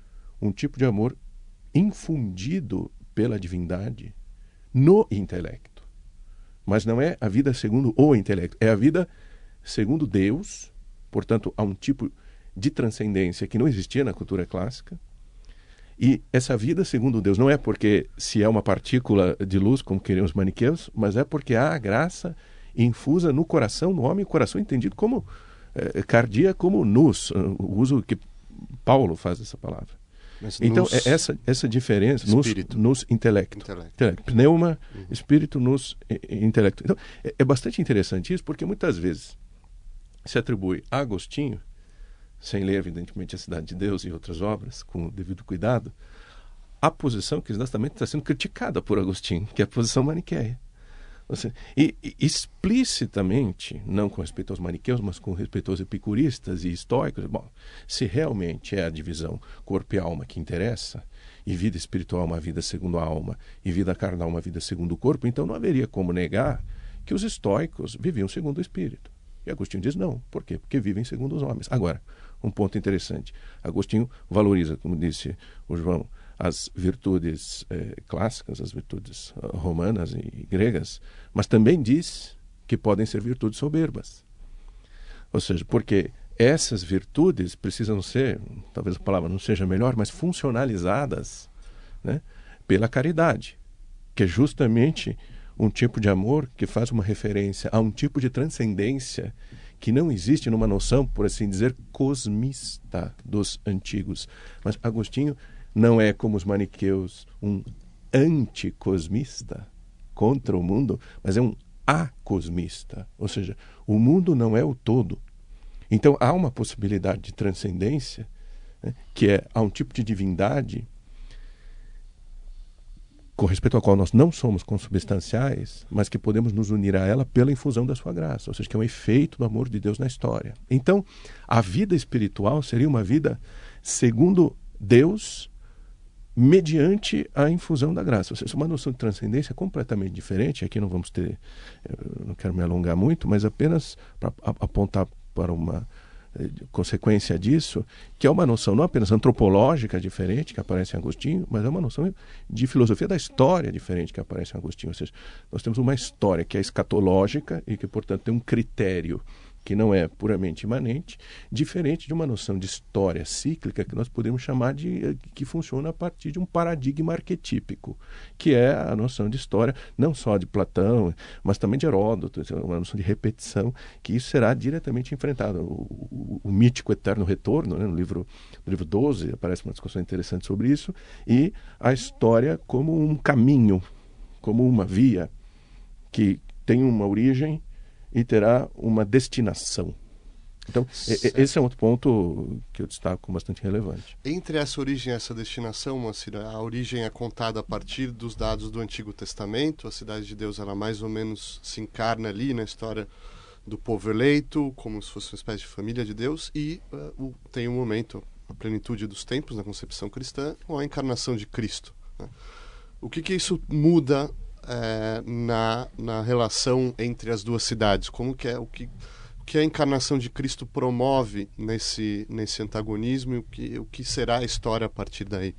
infundido pela divindade no intelecto. Mas não é a vida segundo o intelecto, é a vida segundo Deus. Portanto, há um tipo de transcendência que não existia na cultura clássica. E essa vida segundo Deus não é porque se é uma partícula de luz, como queriam os maniqueus, mas é porque há a graça infusa no coração do homem, o coração entendido como cardia, como nous, o uso que Paulo faz dessa palavra. Mas Então, nos... essa diferença, Espírito. nos intelecto. Pneuma, espírito, nos intelecto. Então, é bastante interessante isso, porque muitas vezes se atribui a Agostinho, sem ler, evidentemente, A Cidade de Deus e outras obras, com o devido cuidado, a posição que exatamente está sendo criticada por Agostinho, que é a posição maniqueia. E explicitamente, não com respeito aos maniqueus, mas com respeito aos epicuristas e estoicos, bom, se realmente é a divisão corpo e alma que interessa, e vida espiritual uma vida segundo a alma, e vida carnal uma vida segundo o corpo, então não haveria como negar que os estoicos viviam segundo o espírito. E Agostinho diz não. Por quê? Porque vivem segundo os homens. Agora, um ponto interessante. Agostinho valoriza, como disse o João, as virtudes clássicas, as virtudes romanas e gregas, mas também diz que podem ser virtudes soberbas. Ou seja, porque essas virtudes precisam ser, talvez a palavra não seja melhor, mas funcionalizadas, né, pela caridade, que é justamente um tipo de amor que faz uma referência a um tipo de transcendência que não existe numa noção, por assim dizer, cosmista dos antigos. Mas Agostinho não é, como os maniqueus, um anticosmista contra o mundo, mas é um acosmista. Ou seja, o mundo não é o todo. Então há uma possibilidade de transcendência, né, que há um tipo de divindade com respeito ao qual nós não somos consubstanciais, mas que podemos nos unir a ela pela infusão da sua graça, ou seja, que é um efeito do amor de Deus na história. Então, a vida espiritual seria uma vida segundo Deus, mediante a infusão da graça. Ou seja, uma noção de transcendência completamente diferente. Aqui não vamos ter, eu não quero me alongar muito, mas apenas para apontar para uma consequência disso, que é uma noção não apenas antropológica diferente que aparece em Agostinho, mas é uma noção de filosofia da história diferente que aparece em Agostinho. Ou seja, nós temos uma história que é escatológica e que, portanto, tem um critério que não é puramente imanente, diferente de uma noção de história cíclica que nós podemos chamar de que funciona a partir de um paradigma arquetípico, que é a noção de história não só de Platão, mas também de Heródoto, uma noção de repetição, que isso será diretamente enfrentado. O mítico eterno retorno, né, no livro 12, aparece uma discussão interessante sobre isso, e a história como um caminho, como uma via que tem uma origem e terá uma destinação. Então, esse é um outro ponto que eu destaco como bastante relevante. Entre essa origem e essa destinação, Moacir, a origem é contada a partir dos dados do Antigo Testamento. A Cidade de Deus, ela mais ou menos se encarna ali na história do povo eleito, como se fosse uma espécie de família de Deus, e tem um momento, a plenitude dos tempos, na concepção cristã, com a encarnação de Cristo, né? O que isso muda na relação entre as duas cidades? Como que é o que a encarnação de Cristo promove nesse antagonismo e o que será a história a partir daí?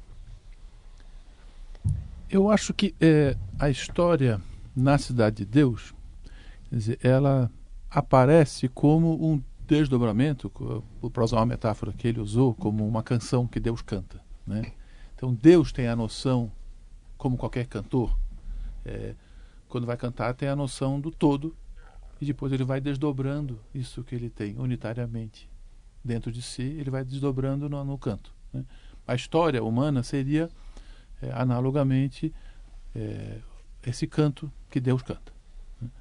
Eu acho que a história na Cidade de Deus, quer dizer, ela aparece como um desdobramento, para usar uma metáfora que ele usou, como uma canção que Deus canta, né? Então Deus tem a noção, como qualquer cantor, quando vai cantar tem a noção do todo e depois ele vai desdobrando isso que ele tem unitariamente dentro de si, ele vai desdobrando no canto, né? A história humana seria analogamente esse canto que Deus canta, né?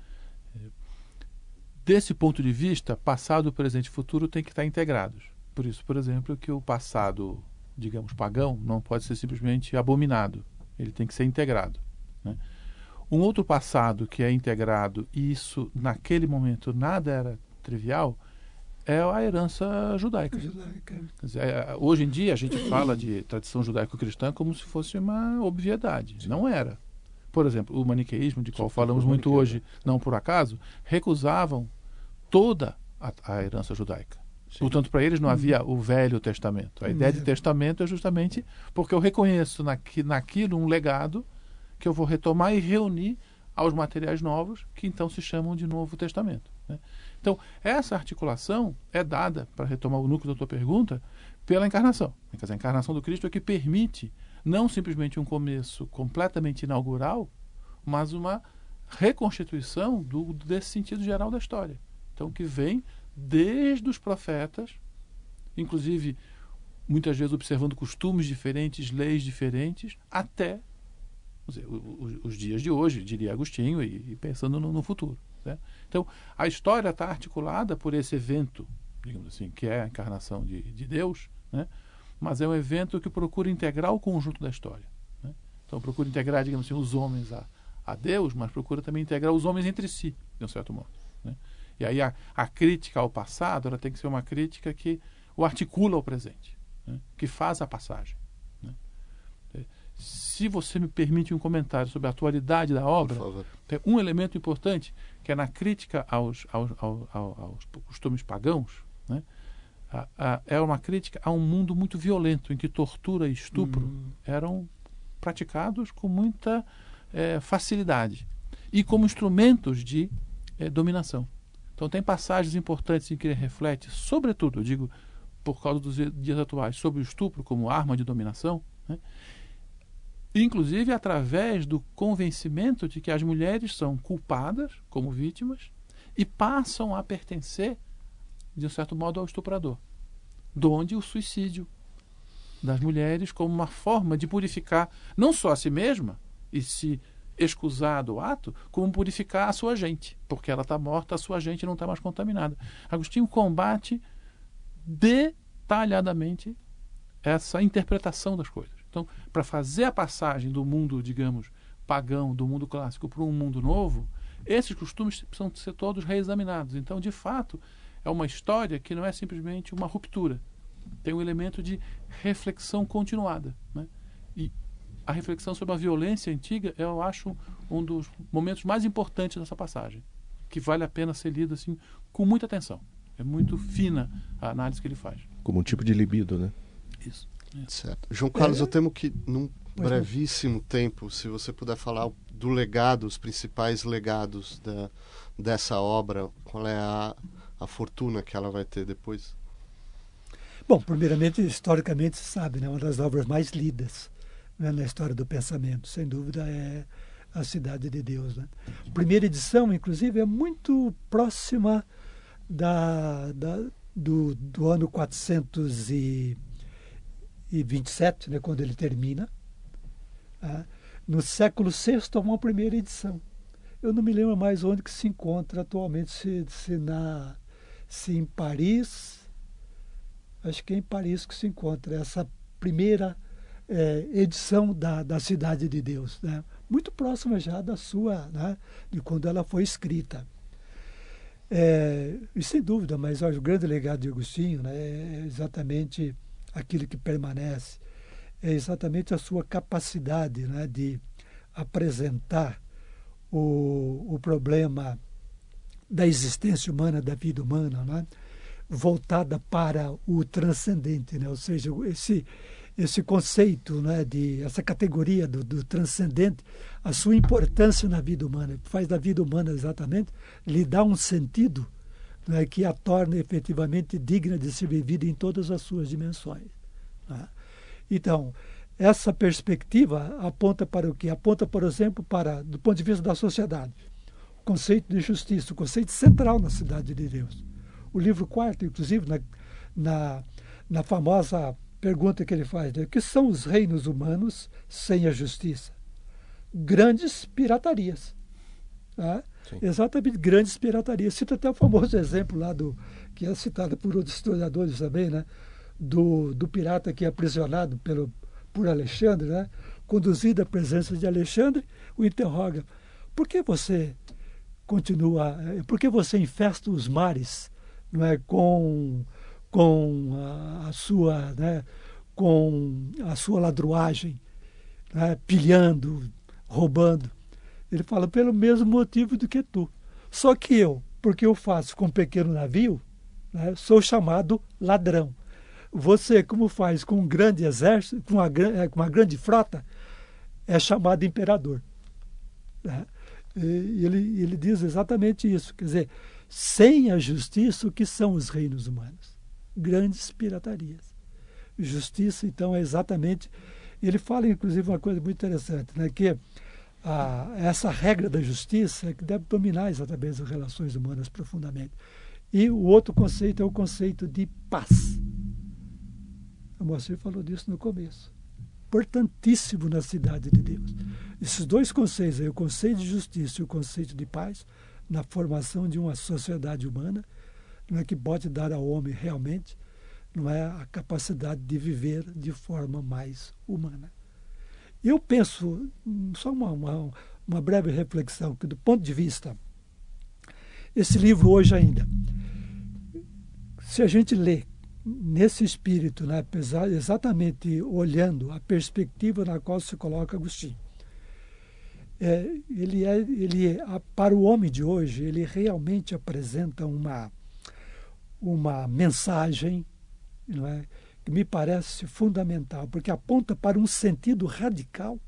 Desse ponto de vista, passado, presente e futuro têm que estar integrados. Por isso, por exemplo, que o passado, digamos, pagão, não pode ser simplesmente abominado, ele tem que ser integrado, né? Um outro passado que é integrado, e isso naquele momento nada era trivial, é a herança judaica. Quer dizer, hoje em dia a gente fala de tradição judaico-cristã como se fosse uma obviedade. Não era. Por exemplo, o maniqueísmo, de qual falamos muito hoje, não por acaso, recusavam toda a herança judaica. Portanto, para eles não havia o Velho Testamento. A ideia de testamento é justamente porque eu reconheço naquilo um legado que eu vou retomar e reunir aos materiais novos, que então se chamam de Novo Testamento, né? Então, essa articulação é dada, para retomar o núcleo da tua pergunta, pela encarnação. Quer dizer, a encarnação do Cristo é que permite não simplesmente um começo completamente inaugural, mas uma reconstituição desse sentido geral da história. Então, que vem desde os profetas, inclusive, muitas vezes observando costumes diferentes, leis diferentes, até os dias de hoje, diria Agostinho, e pensando no futuro, né? Então, a história está articulada por esse evento, digamos assim, que é a encarnação de Deus, né? Mas é um evento que procura integrar o conjunto da história, né? Então, procura integrar, digamos assim, os homens a Deus, mas procura também integrar os homens entre si, de um certo modo, né? E aí a crítica ao passado, ela tem que ser uma crítica que o articula ao presente, né? Que faz a passagem, né? Se você me permite um comentário sobre a atualidade da obra, tem um elemento importante, que é na crítica aos costumes pagãos, né? É uma crítica a um mundo muito violento, em que tortura e estupro eram praticados com muita facilidade e como instrumentos de dominação. Então, tem passagens importantes em que ele reflete, sobretudo, eu digo, por causa dos dias atuais, sobre o estupro como arma de dominação, né? Inclusive através do convencimento de que as mulheres são culpadas como vítimas e passam a pertencer, de um certo modo, ao estuprador. Donde o suicídio das mulheres como uma forma de purificar não só a si mesma e se escusar do ato, como purificar a sua gente, porque ela está morta, a sua gente não está mais contaminada. Agostinho combate detalhadamente essa interpretação das coisas. Então, para fazer a passagem do mundo, digamos, pagão, do mundo clássico para um mundo novo, esses costumes precisam ser todos reexaminados. Então, de fato, é uma história que não é simplesmente uma ruptura. Tem um elemento de reflexão continuada, né? E a reflexão sobre a violência antiga, eu acho um dos momentos mais importantes dessa passagem, que vale a pena ser lido assim, com muita atenção. É muito fina a análise que ele faz. Como um tipo de libido, né? Isso. Certo. João Carlos, eu temo que num brevíssimo tempo, se você puder falar do legado, os principais legados dessa obra, qual é a fortuna que ela vai ter depois? Bom, primeiramente, historicamente, se sabe, né, uma das obras mais lidas, né, na história do pensamento, sem dúvida, é A Cidade de Deus, né? A primeira edição, inclusive, é muito próxima do ano 427, né, quando ele termina. No século VI há uma primeira edição. Eu não me lembro mais onde que se encontra atualmente, se em Paris, acho que é em Paris que se encontra essa primeira edição da Cidade de Deus, né? Muito próxima já da sua, né, de quando ela foi escrita. E sem dúvida, mas o grande legado de Agostinho, né, é exatamente aquilo que permanece, é exatamente a sua capacidade, né, de apresentar o problema da existência humana, da vida humana, né, voltada para o transcendente, né, ou seja, esse conceito, né, essa categoria do transcendente, a sua importância na vida humana, faz da vida humana exatamente, lhe dá um sentido, né, que a torna efetivamente digna de ser vivida em todas as suas dimensões, né? Então, essa perspectiva aponta para o quê? Aponta, por exemplo, do ponto de vista da sociedade, o conceito de justiça, o conceito central na Cidade de Deus. O livro 4º, inclusive, na famosa pergunta que ele faz, né? O que são os reinos humanos sem a justiça? Grandes piratarias. Tá? Exatamente, grandes piratarias. Cita até o famoso exemplo lá, que é citado por outros historiadores também, né? Do pirata que é aprisionado por Alexandre, né? Conduzido à presença de Alexandre, o interroga: por que você infesta os mares, não é, com a sua, né, com a sua ladruagem, né, pilhando, roubando? Ele fala: pelo mesmo motivo do que tu. Só que porque eu faço com um pequeno navio, né? Sou chamado ladrão. Você, como faz com um grande exército, com uma grande frota, é chamado imperador. Né? E ele diz exatamente isso. Quer dizer, sem a justiça, o que são os reinos humanos? Grandes piratarias. Justiça, então, é exatamente... Ele fala, inclusive, uma coisa muito interessante, né? Que essa regra da justiça é que deve dominar exatamente as relações humanas profundamente. E o outro conceito é o conceito de paz. O Moacir falou disso no começo. Importantíssimo na cidade de Deus. Esses dois conceitos, aí, o conceito de justiça e o conceito de paz, na formação de uma sociedade humana, não é, que pode dar ao homem realmente, não é, a capacidade de viver de forma mais humana. Eu penso, só uma breve reflexão, que do ponto de vista, esse livro hoje ainda, se a gente lê nesse espírito, né, exatamente olhando a perspectiva na qual se coloca Agostinho, para o homem de hoje, ele realmente apresenta uma mensagem, não é, que me parece fundamental, porque aponta para um sentido radical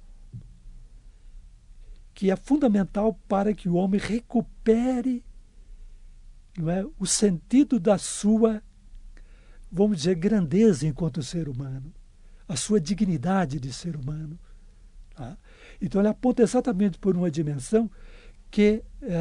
que é fundamental para que o homem recupere, não é, o sentido da sua, vamos dizer, grandeza enquanto ser humano, a sua dignidade de ser humano. Tá? Então, ele aponta exatamente por uma dimensão que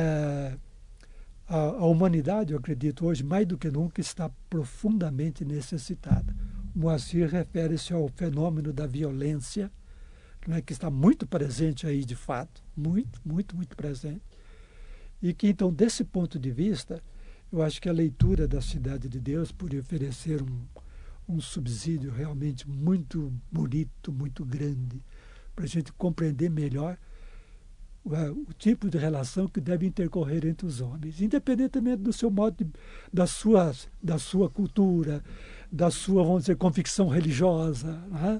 a humanidade, eu acredito, hoje, mais do que nunca, está profundamente necessitada. O Moacir refere-se ao fenômeno da violência, né, que está muito presente aí, de fato, muito, muito, muito presente. E que, então, desse ponto de vista, eu acho que a leitura da Cidade de Deus poderia oferecer um subsídio realmente muito bonito, muito grande, para a gente compreender melhor o tipo de relação que deve intercorrer entre os homens, independentemente do seu modo, da sua cultura, da sua, vamos dizer, convicção religiosa. Né?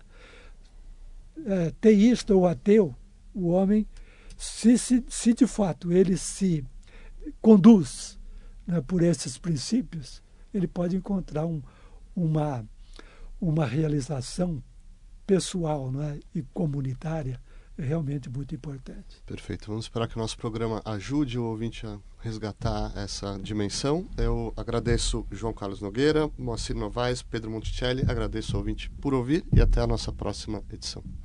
Teísta ou ateu, o homem, se de fato ele se conduz, né, por esses princípios, ele pode encontrar uma realização pessoal, né, e comunitária realmente muito importante. Perfeito. Vamos esperar que o nosso programa ajude o ouvinte a resgatar essa dimensão. Eu agradeço João Carlos Nogueira, Moacir Novaes, Pedro Monticelli, agradeço ao ouvinte por ouvir e até a nossa próxima edição.